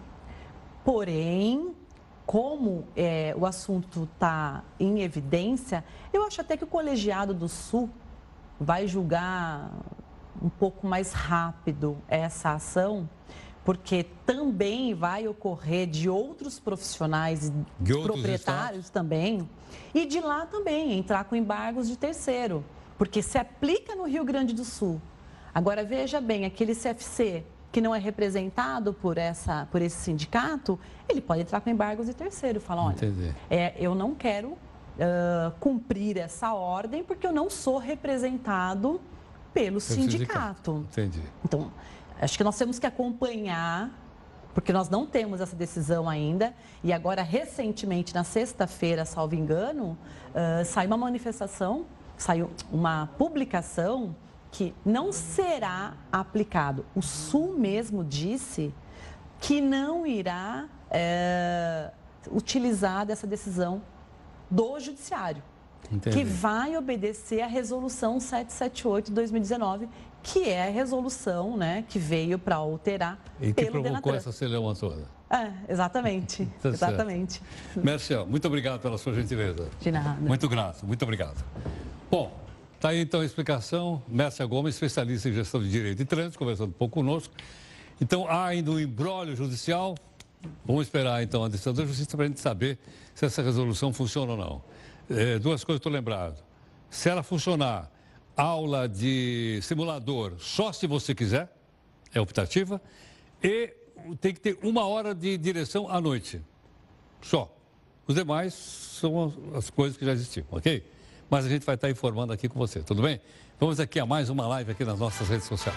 Porém, como é, o assunto está em evidência, eu acho até que o colegiado do Sul vai julgar um pouco mais rápido essa ação, porque também vai ocorrer de outros profissionais, de outros proprietários estados? Também, e de lá também entrar com embargos de terceiro, porque se aplica no Rio Grande do Sul. Agora, veja bem, aquele C F C que não é representado por, essa, por esse sindicato, ele pode entrar com embargos de terceiro, falar, olha, é, eu não quero uh, cumprir essa ordem porque eu não sou representado pelo sindicato. sindicato. Entendi. Então, acho que nós temos que acompanhar, porque nós não temos essa decisão ainda. E agora, recentemente, na sexta-feira, salvo engano, uh, saiu uma manifestação, saiu uma publicação que não será aplicado. O Sul mesmo disse que não irá é, utilizar dessa decisão do Judiciário. Entendi. Que vai obedecer à resolução setecentos e setenta e oito de dois mil e dezenove, que é a resolução, né, que veio para alterar e que pelo provocou Denatran. essa celeuma toda. É, exatamente, tá exatamente. Mercel, muito obrigado pela sua gentileza. De nada. Muito grato, muito obrigado. Bom, está aí então a explicação. Mércia Gomes, especialista em gestão de direito e trânsito, conversando um pouco conosco. Então, há ainda um imbróglio judicial. Vamos esperar então a decisão da Justiça para a gente saber se essa resolução funciona ou não. É, duas coisas estou lembrado. Se ela funcionar, aula de simulador só se você quiser, é optativa, e tem que ter uma hora de direção à noite, só. Os demais são as coisas que já existiam, ok? mas a gente vai estar informando aqui com você, tudo bem? Vamos aqui a mais uma live aqui nas nossas redes sociais.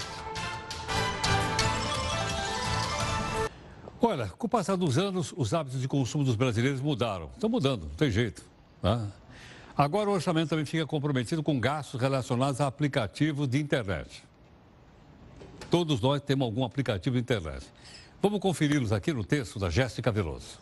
Olha, com o passar dos anos, os hábitos de consumo dos brasileiros mudaram. Estão mudando, não tem jeito. Tá? Agora o orçamento também fica comprometido com gastos relacionados a aplicativos de internet. Todos nós temos algum aplicativo de internet. Vamos conferi-los aqui no texto da Jéssica Veloso.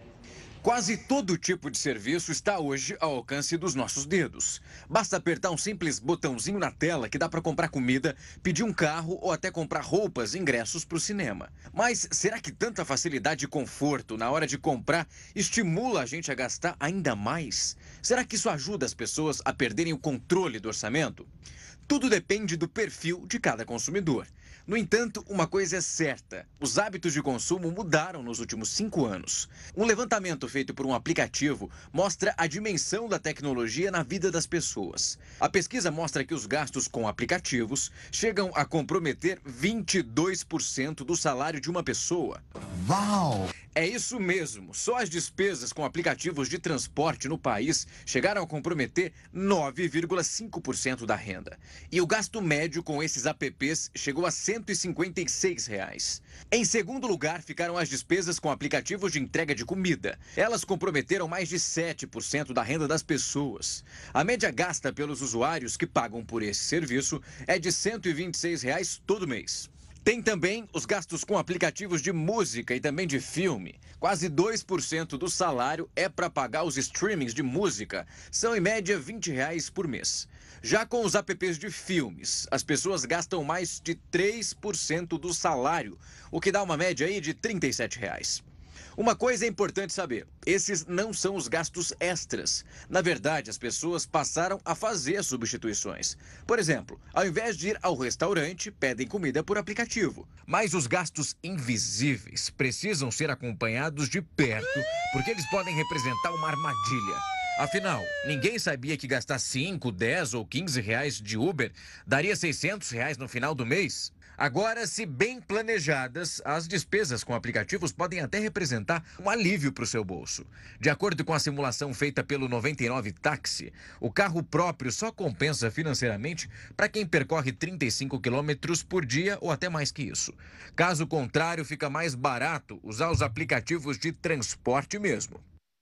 Quase todo tipo de serviço está hoje ao alcance dos nossos dedos. Basta apertar um simples botãozinho na tela que dá para comprar comida, pedir um carro ou até comprar roupas e ingressos para o cinema. Mas será que tanta facilidade e conforto na hora de comprar estimula a gente a gastar ainda mais? Será que isso ajuda as pessoas a perderem o controle do orçamento? Tudo depende do perfil de cada consumidor. No entanto, uma coisa é certa, os hábitos de consumo mudaram nos últimos cinco anos. Um levantamento feito por um aplicativo mostra a dimensão da tecnologia na vida das pessoas. A pesquisa mostra que os gastos com aplicativos chegam a comprometer vinte e dois por cento do salário de uma pessoa. Uau! É isso mesmo, só as despesas com aplicativos de transporte no país chegaram a comprometer nove vírgula cinco por cento da renda. E o gasto médio com esses apps chegou a cento e cinquenta e seis reais. Em segundo lugar, ficaram as despesas com aplicativos de entrega de comida. Elas comprometeram mais de sete por cento da renda das pessoas. A média gasta pelos usuários que pagam por esse serviço é de cento e vinte e seis reais todo mês. Tem também os gastos com aplicativos de música e também de filme. Quase dois por cento do salário é para pagar os streamings de música. São em média vinte reais por mês. Já com os apps de filmes, as pessoas gastam mais de três por cento do salário, o que dá uma média aí de trinta e sete reais. Uma coisa é importante saber, esses não são os gastos extras. Na verdade, as pessoas passaram a fazer substituições. Por exemplo, ao invés de ir ao restaurante, pedem comida por aplicativo. Mas os gastos invisíveis precisam ser acompanhados de perto, porque eles podem representar uma armadilha. Afinal, ninguém sabia que gastar cinco, dez ou quinze reais de Uber daria seiscentos reais no final do mês? Agora, se bem planejadas, as despesas com aplicativos podem até representar um alívio para o seu bolso. De acordo com a simulação feita pelo noventa e nove Táxi, o carro próprio só compensa financeiramente para quem percorre trinta e cinco quilômetros por dia ou até mais que isso. Caso contrário, fica mais barato usar os aplicativos de transporte mesmo.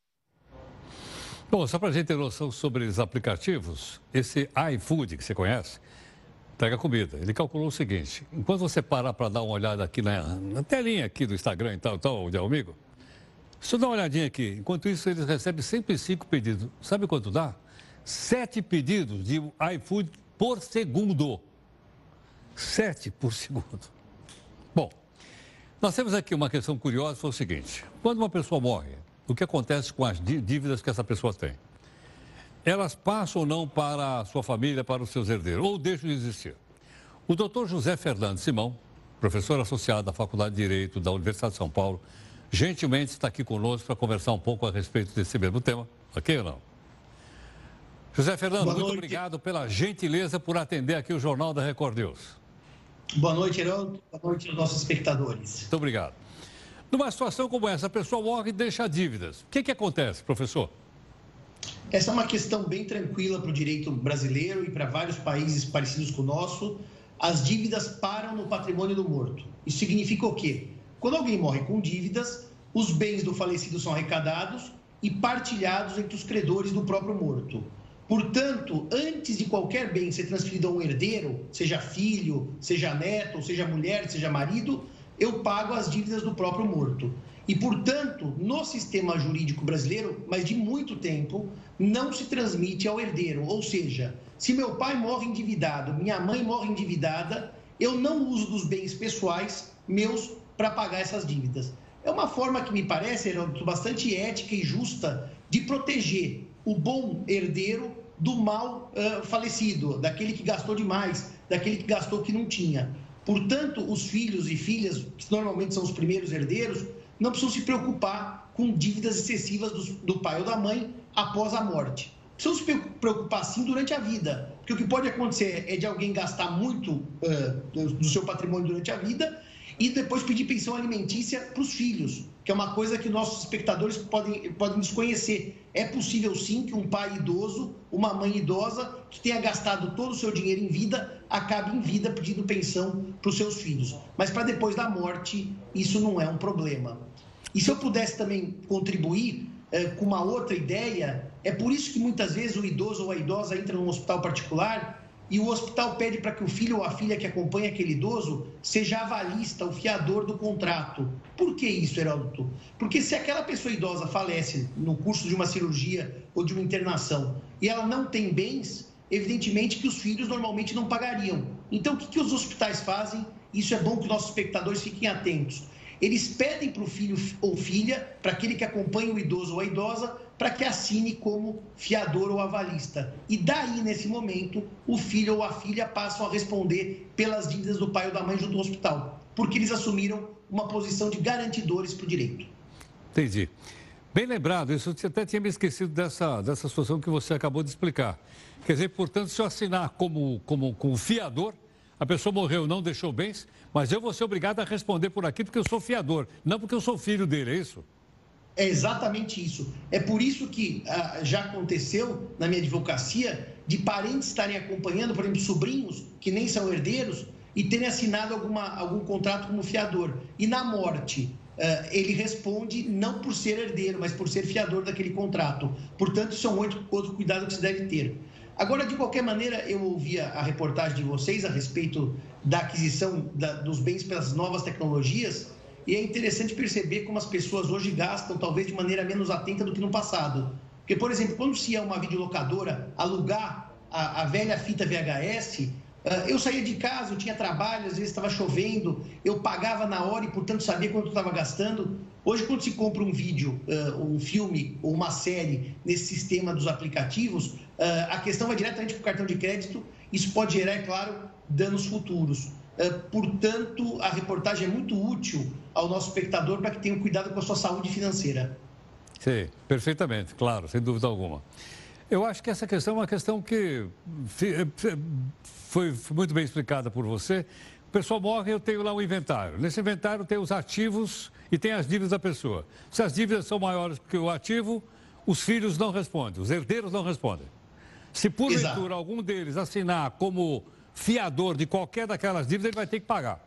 Bom, só para a gente ter noção sobre os aplicativos, esse iFood que você conhece, entrega comida. Ele calculou o seguinte, enquanto você parar para dar uma olhada aqui na, na telinha aqui do Instagram e tal, tal, de amigo, se eu dar uma olhadinha aqui, enquanto isso eles recebem cento e cinco pedidos. Sabe quanto dá? Sete pedidos de iFood por segundo. Sete por segundo. Bom, nós temos aqui uma questão curiosa, foi o seguinte, quando uma pessoa morre, o que acontece com as dívidas que essa pessoa tem? Elas passam ou não para a sua família, para os seus herdeiros, ou deixam de existir? O doutor José Fernando Simão, professor associado da Faculdade de Direito da Universidade de São Paulo, gentilmente está aqui conosco para conversar um pouco a respeito desse mesmo tema, ok ou não? José Fernando, muito obrigado pela gentileza por atender aqui o Jornal da Record News. Boa noite, Heraldo. Boa noite aos nossos espectadores. Muito obrigado. Numa situação como essa, a pessoa morre e deixa dívidas. O que, que acontece, professor? Essa é uma questão bem tranquila para o direito brasileiro e para vários países parecidos com o nosso. As dívidas param no patrimônio do morto. Isso significa o quê? Quando alguém morre com dívidas, os bens do falecido são arrecadados e partilhados entre os credores do próprio morto. Portanto, antes de qualquer bem ser transferido a um herdeiro, seja filho, seja neto, seja mulher, seja marido, eu pago as dívidas do próprio morto. E, portanto, no sistema jurídico brasileiro, mas de muito tempo, não se transmite ao herdeiro. Ou seja, se meu pai morre endividado, minha mãe morre endividada, eu não uso dos bens pessoais meus para pagar essas dívidas. É uma forma que me parece, Heraldo, bastante ética e justa de proteger o bom herdeiro do mal uh, falecido, daquele que gastou demais, daquele que gastou que não tinha. Portanto, os filhos e filhas, que normalmente são os primeiros herdeiros, não precisam se preocupar com dívidas excessivas do, do pai ou da mãe após a morte. Precisam se preocupar, sim, durante a vida. Porque o que pode acontecer é de alguém gastar muito uh, do seu patrimônio durante a vida e depois pedir pensão alimentícia para os filhos, que é uma coisa que nossos espectadores podem, podem desconhecer, É possível sim que um pai idoso, uma mãe idosa, que tenha gastado todo o seu dinheiro em vida, acabe em vida pedindo pensão para os seus filhos. Mas para depois da morte, isso não é um problema. E se eu pudesse também contribuir eh, com uma outra ideia, é por isso que muitas vezes o idoso ou a idosa entra num hospital particular e o hospital pede para que o filho ou a filha que acompanha aquele idoso seja avalista, o fiador do contrato. Por que isso, Heródoto? Porque se aquela pessoa idosa falece no curso de uma cirurgia ou de uma internação e ela não tem bens, evidentemente que os filhos normalmente não pagariam. Então, o que, que os hospitais fazem? Isso é bom que nossos espectadores fiquem atentos. Eles pedem para o filho ou filha, para aquele que acompanha o idoso ou a idosa, para que assine como fiador ou avalista. E daí, nesse momento, o filho ou a filha passam a responder pelas dívidas do pai ou da mãe junto ao hospital, porque eles assumiram uma posição de garantidores para o direito. Entendi. Bem lembrado, isso eu até tinha me esquecido dessa, dessa situação que você acabou de explicar. Quer dizer, portanto, se eu assinar como, como, como fiador, a pessoa morreu, não deixou bens, mas eu vou ser obrigado a responder por aqui porque eu sou fiador, não porque eu sou filho dele, é isso? É exatamente isso. É por isso que ah, já aconteceu na minha advocacia de parentes estarem acompanhando, por exemplo, sobrinhos que nem são herdeiros e terem assinado alguma, algum contrato como fiador. E na morte, ah, ele responde não por ser herdeiro, mas por ser fiador daquele contrato. Portanto, isso é um outro, outro cuidado que se deve ter. Agora, de qualquer maneira, eu ouvi a reportagem de vocês a respeito da aquisição da, dos bens pelas novas tecnologias e é interessante perceber como as pessoas hoje gastam, talvez de maneira menos atenta do que no passado. Porque, por exemplo, quando se ia a uma videolocadora alugar a, a velha fita V H S, uh, eu saía de casa, eu tinha trabalho, às vezes estava chovendo, eu pagava na hora e, portanto, sabia quanto eu estava gastando. Hoje, quando se compra um vídeo, uh, um filme ou uma série nesse sistema dos aplicativos, uh, a questão vai diretamente para o cartão de crédito. Isso pode gerar, é claro, danos futuros. Uh, portanto, a reportagem é muito útil ao nosso espectador para que tenha cuidado com a sua saúde financeira. Sim, perfeitamente, claro, sem dúvida alguma. Eu acho que essa questão é uma questão que foi muito bem explicada por você. O pessoal morre, eu tenho lá um inventário. Nesse inventário tem os ativos e tem as dívidas da pessoa. Se as dívidas são maiores que o ativo, os filhos não respondem, os herdeiros não respondem. Se porventura algum deles assinar como fiador de qualquer daquelas dívidas, ele vai ter que pagar.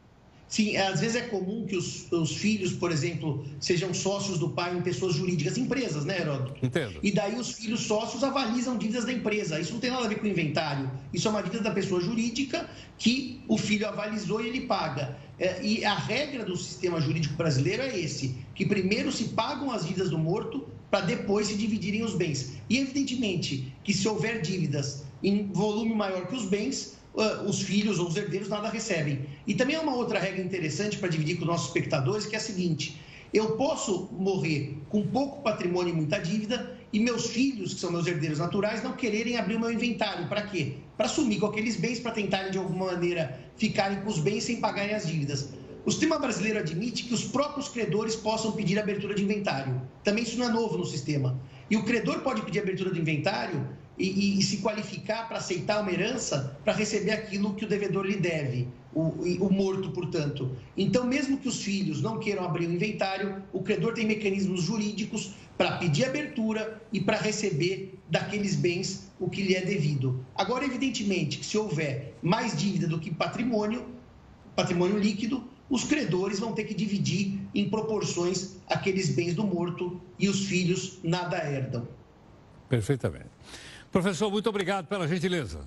Sim, às vezes é comum que os, os filhos, por exemplo, sejam sócios do pai em pessoas jurídicas, empresas, né, Heródoto? Entendo. E daí os filhos sócios avalizam dívidas da empresa. Isso não tem nada a ver com o inventário. Isso é uma dívida da pessoa jurídica que o filho avalizou e ele paga. É, e a regra do sistema jurídico brasileiro é esse, que primeiro se pagam as dívidas do morto para depois se dividirem os bens. E, evidentemente, que se houver dívidas em volume maior que os bens, os filhos ou os herdeiros nada recebem. E também há uma outra regra interessante para dividir com os nossos espectadores, que é a seguinte: eu posso morrer com pouco patrimônio e muita dívida e meus filhos, que são meus herdeiros naturais, não quererem abrir o meu inventário. Para quê? Para sumir com aqueles bens, para tentarem de alguma maneira ficarem com os bens sem pagarem as dívidas. O sistema brasileiro admite que os próprios credores possam pedir abertura de inventário. Também isso não é novo no sistema. E o credor pode pedir abertura do inventário E, e, e se qualificar para aceitar uma herança para receber aquilo que o devedor lhe deve, o, o morto, portanto. Então, mesmo que os filhos não queiram abrir o inventário, o credor tem mecanismos jurídicos para pedir abertura e para receber daqueles bens o que lhe é devido. Agora, evidentemente, que se houver mais dívida do que patrimônio, patrimônio líquido, os credores vão ter que dividir em proporções aqueles bens do morto e os filhos nada herdam. Perfeitamente. Professor, muito obrigado pela gentileza.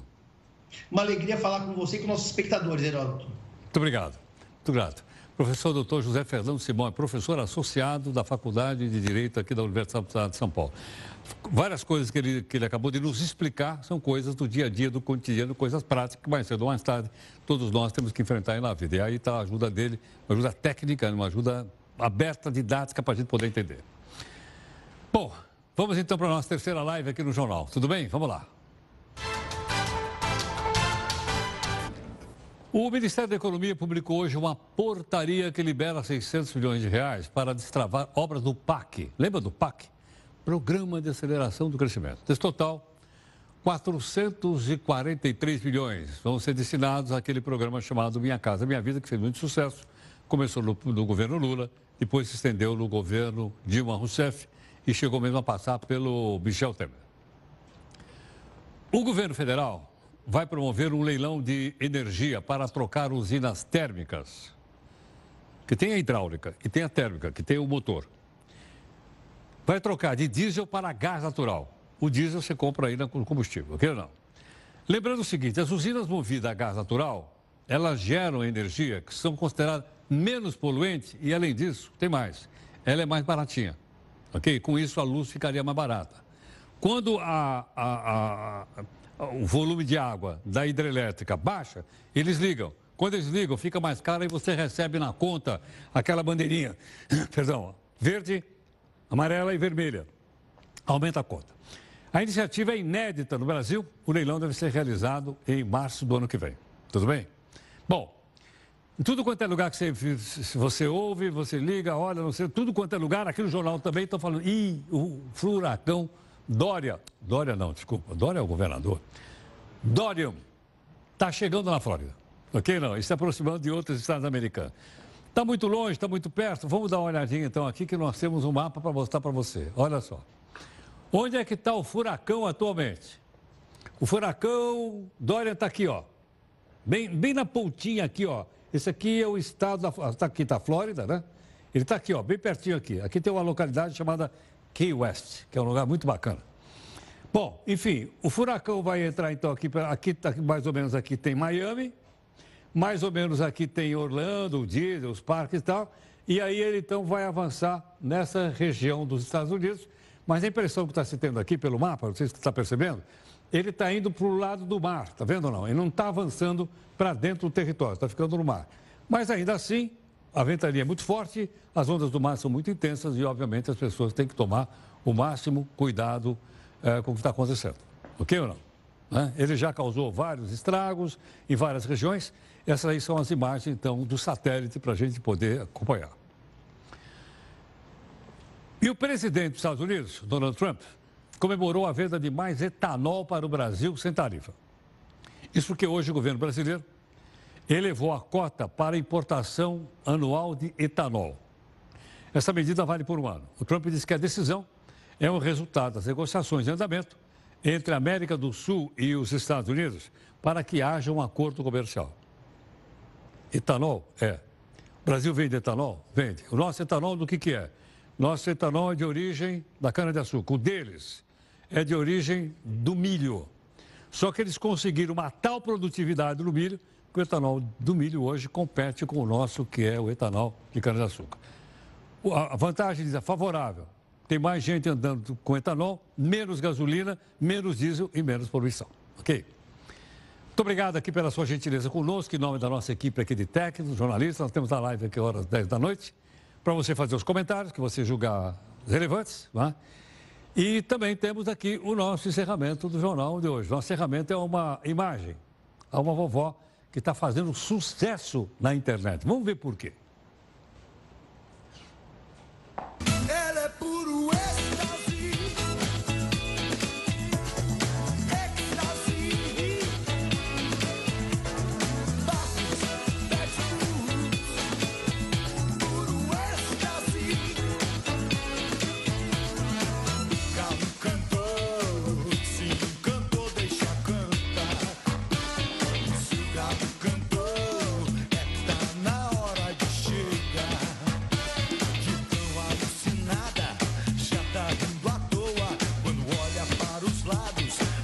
Uma alegria falar com você e com nossos espectadores, Heródoto. Muito obrigado. Muito grato. Professor doutor José Fernando Simão é professor associado da Faculdade de Direito aqui da Universidade de São Paulo. Várias coisas que ele, que ele acabou de nos explicar são coisas do dia a dia, do cotidiano, coisas práticas que mais cedo ou mais tarde todos nós temos que enfrentar aí na vida. E aí está a ajuda dele, uma ajuda técnica, uma ajuda aberta, didática para a gente poder entender. Bom, vamos então para a nossa terceira live aqui no Jornal. Tudo bem? Vamos lá. O Ministério da Economia publicou hoje uma portaria que libera seiscentos milhões de reais para destravar obras do P A C. Lembra do P A C? Programa de Aceleração do Crescimento. Desse total, quatrocentos e quarenta e três milhões vão ser destinados àquele programa chamado Minha Casa Minha Vida, que fez muito sucesso. Começou no, no governo Lula, depois se estendeu no governo Dilma Rousseff. e chegou mesmo a passar pelo Michel Temer. O governo federal vai promover um leilão de energia para trocar usinas térmicas, que tem a hidráulica e tem a térmica, que tem o motor. Vai trocar de diesel para gás natural. O diesel você compra aí no combustível, ok ou não? Lembrando o seguinte, as usinas movidas a gás natural, elas geram energia que são consideradas menos poluentes e, além disso, tem mais, ela é mais baratinha, ok? Com isso, a luz ficaria mais barata. Quando a, a, a, o volume de água da hidrelétrica baixa, eles ligam. Quando eles ligam, fica mais caro e você recebe na conta aquela bandeirinha, perdão, verde, amarela e vermelha. Aumenta a conta. A iniciativa é inédita no Brasil. O leilão deve ser realizado em março do ano que vem. Tudo bem? Bom, em tudo quanto é lugar que você, você ouve, você liga, olha, não sei, tudo quanto é lugar, aqui no jornal também estão falando, ih, o furacão Dória, Dória não, desculpa, Dória é o governador, Dorian está chegando na Flórida, ok? Não, está aproximando de outros estados americanos. Está muito longe, está muito perto, vamos dar uma olhadinha então aqui que nós temos um mapa para mostrar para você, olha só. Onde é que está o furacão atualmente? O furacão Dorian está aqui, ó. Bem, bem na pontinha aqui, ó. Esse aqui é o estado da... Tá aqui está a Flórida, né? Ele está aqui, ó, bem pertinho aqui. Aqui tem uma localidade chamada Key West, que é um lugar muito bacana. Bom, enfim, o furacão vai entrar então aqui, aqui tá, mais ou menos aqui tem Miami, mais ou menos aqui tem Orlando, Disney, os parques e tal. E aí ele então vai avançar nessa região dos Estados Unidos. Mas a impressão que está se tendo aqui pelo mapa, não sei se você está percebendo, ele está indo para o lado do mar, está vendo ou não? Ele não está avançando para dentro do território, está ficando no mar. Mas ainda assim, a ventania é muito forte, as ondas do mar são muito intensas e, obviamente, as pessoas têm que tomar o máximo cuidado é, com o que está acontecendo. Ok ou não? Né? Ele já causou vários estragos em várias regiões. Essas aí são as imagens, então, do satélite para a gente poder acompanhar. E o presidente dos Estados Unidos, Donald Trump, comemorou a venda de mais etanol para o Brasil sem tarifa. Isso porque hoje o governo brasileiro elevou a cota para importação anual de etanol. Essa medida vale por um ano. O Trump disse que a decisão é um resultado das negociações em andamento entre a América do Sul e os Estados Unidos para que haja um acordo comercial. Etanol? É. O Brasil vende etanol? Vende. O nosso etanol do que que é? Nosso etanol é de origem da cana-de-açúcar. O deles é de origem do milho. Só que eles conseguiram uma tal produtividade no milho que o etanol do milho hoje compete com o nosso, que é o etanol de cana-de-açúcar. A vantagem é favorável. Tem mais gente andando com etanol, menos gasolina, menos diesel e menos poluição. Ok? Muito obrigado aqui pela sua gentileza conosco, em nome da nossa equipe aqui de técnicos, jornalistas. Nós temos a live aqui às dez da noite. Para você fazer os comentários que você julgar relevantes, né? E também temos aqui o nosso encerramento do jornal de hoje. Nosso encerramento é uma imagem a uma vovó que está fazendo sucesso na internet. Vamos ver por quê.